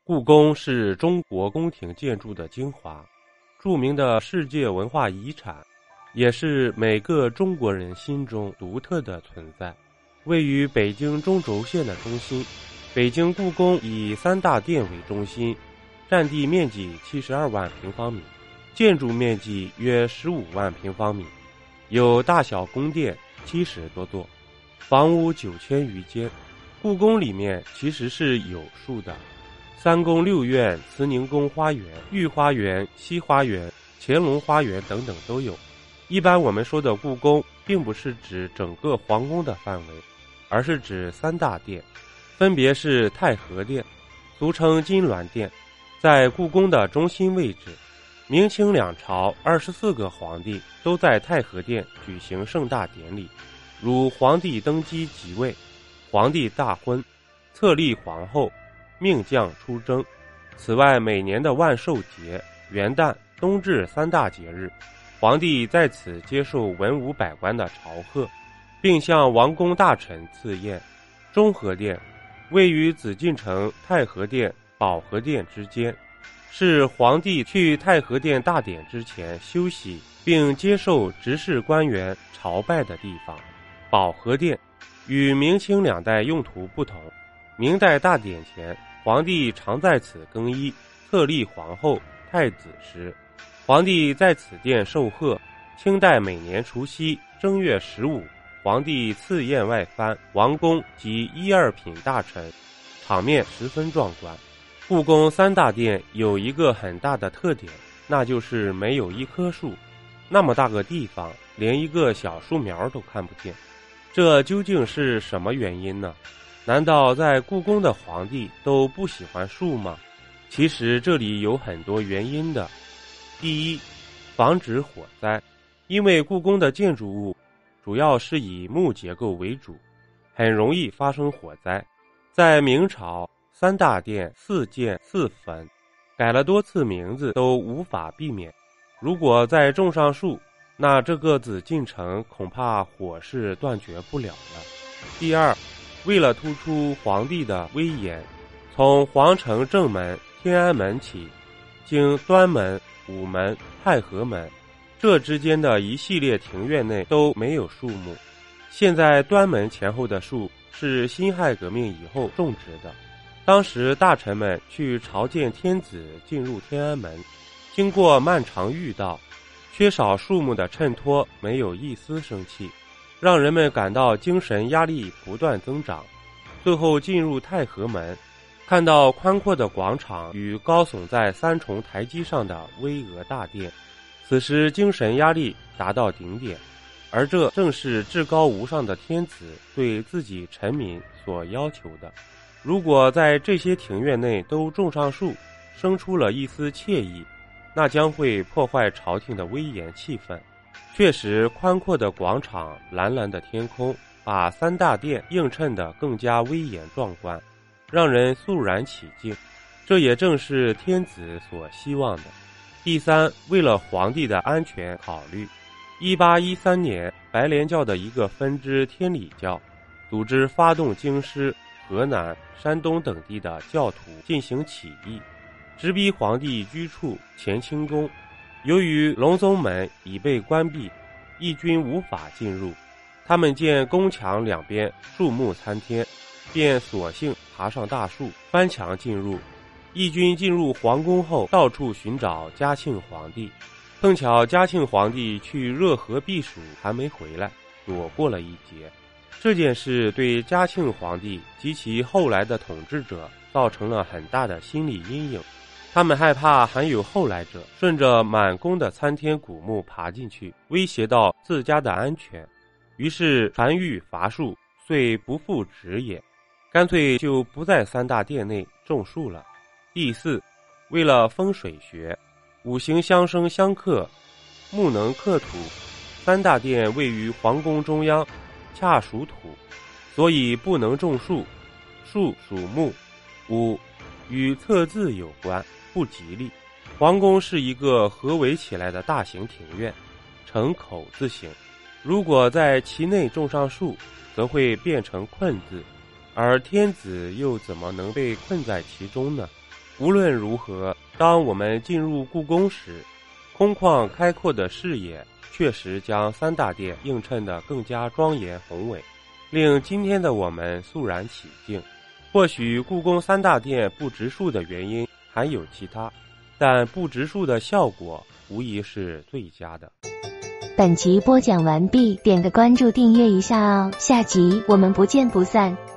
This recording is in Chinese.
故宫是中国宫廷建筑的精华，著名的世界文化遗产，也是每个中国人心中独特的存在。位于北京中轴线的中心，北京故宫以三大殿为中心，占地面积72万平方米，建筑面积约15万平方米，有大小宫殿70多座，房屋9000余间。故宫里面其实是有数的，3宫6院、慈宁宫花园、御花园、西花园、乾隆花园等等都有。一般我们说的故宫并不是指整个皇宫的范围，而是指三大殿，分别是太和殿，俗称金銮殿，在故宫的中心位置。明清两朝24个皇帝都在太和殿举行盛大典礼，如皇帝登基即位、皇帝大婚、册立皇后、命将出征。此外，每年的万寿节、元旦、冬至3大节日，皇帝在此接受文武百官的朝贺，并向王公大臣赐宴。中和殿位于紫禁城太和殿、保和殿之间，是皇帝去太和殿大典之前休息并接受执事官员朝拜的地方。保和殿与明清两代用途不同，明代大典前，皇帝常在此更衣、册立皇后、太子时，皇帝在此殿受贺。清代每年除夕、正月15，皇帝赐宴外藩、王公及1、2品大臣，场面十分壮观。故宫三大殿有一个很大的特点，那就是没有一棵树，那么大个地方，连一个小树苗都看不见。这究竟是什么原因呢？难道在故宫的皇帝都不喜欢树吗？其实这里有很多原因的。第一，防止火灾。因为故宫的建筑物主要是以木结构为主，很容易发生火灾。在明朝，三大殿4建4焚，改了多次名字都无法避免。如果再种上树，那这个紫禁城恐怕火势断绝不了了。第二，为了突出皇帝的威严，从皇城正门天安门起，经端门、午门、太和门，这之间的一系列庭院内都没有树木。现在端门前后的树是辛亥革命以后种植的，当时大臣们去朝见天子进入天安门，经过漫长御道，缺少树木的衬托，没有一丝生气，让人们感到精神压力不断增长。最后进入太和门，看到宽阔的广场与高耸在3重台基上的巍峨大殿，此时精神压力达到顶点，而这正是至高无上的天子对自己臣民所要求的。如果在这些庭院内都种上树，生出了一丝惬意，那将会破坏朝廷的威严气氛。确实，宽阔的广场、蓝蓝的天空，把三大殿映衬得更加威严壮观，让人肃然起敬。这也正是天子所希望的。第三，为了皇帝的安全考虑，1813年，白莲教的一个分支天理教，组织发动京师、河南、山东等地的教徒进行起义，直逼皇帝居处乾清宫。由于隆宗门已被关闭，义军无法进入，他们见宫墙两边树木参天，便索性爬上大树，翻墙进入。义军进入皇宫后，到处寻找嘉庆皇帝，碰巧嘉庆皇帝去热河避暑，还没回来，躲过了一劫。这件事对嘉庆皇帝及其后来的统治者造成了很大的心理阴影，他们害怕还有后来者顺着满宫的参天古木爬进去，威胁到自家的安全，于是传谕伐树，遂不复职也，干脆就不在三大殿内种树了。第四，为了风水学，五行相生相克，木能克土，三大殿位于皇宫中央，恰属土，所以不能种树，树属木。五，与测字有关，不吉利。皇宫是一个合围起来的大型庭院，呈口字形，如果在其内种上树，则会变成困字，而天子又怎么能被困在其中呢？ 无论如何，当我们进入故宫时，空旷开阔的视野确实将三大殿映衬得更加庄严宏伟，令今天的我们肃然起敬。或许故宫三大殿不植树的原因还有其他，但不植树的效果无疑是最佳的。 本集播讲完毕，点个关注订阅一下哦，下集我们不见不散。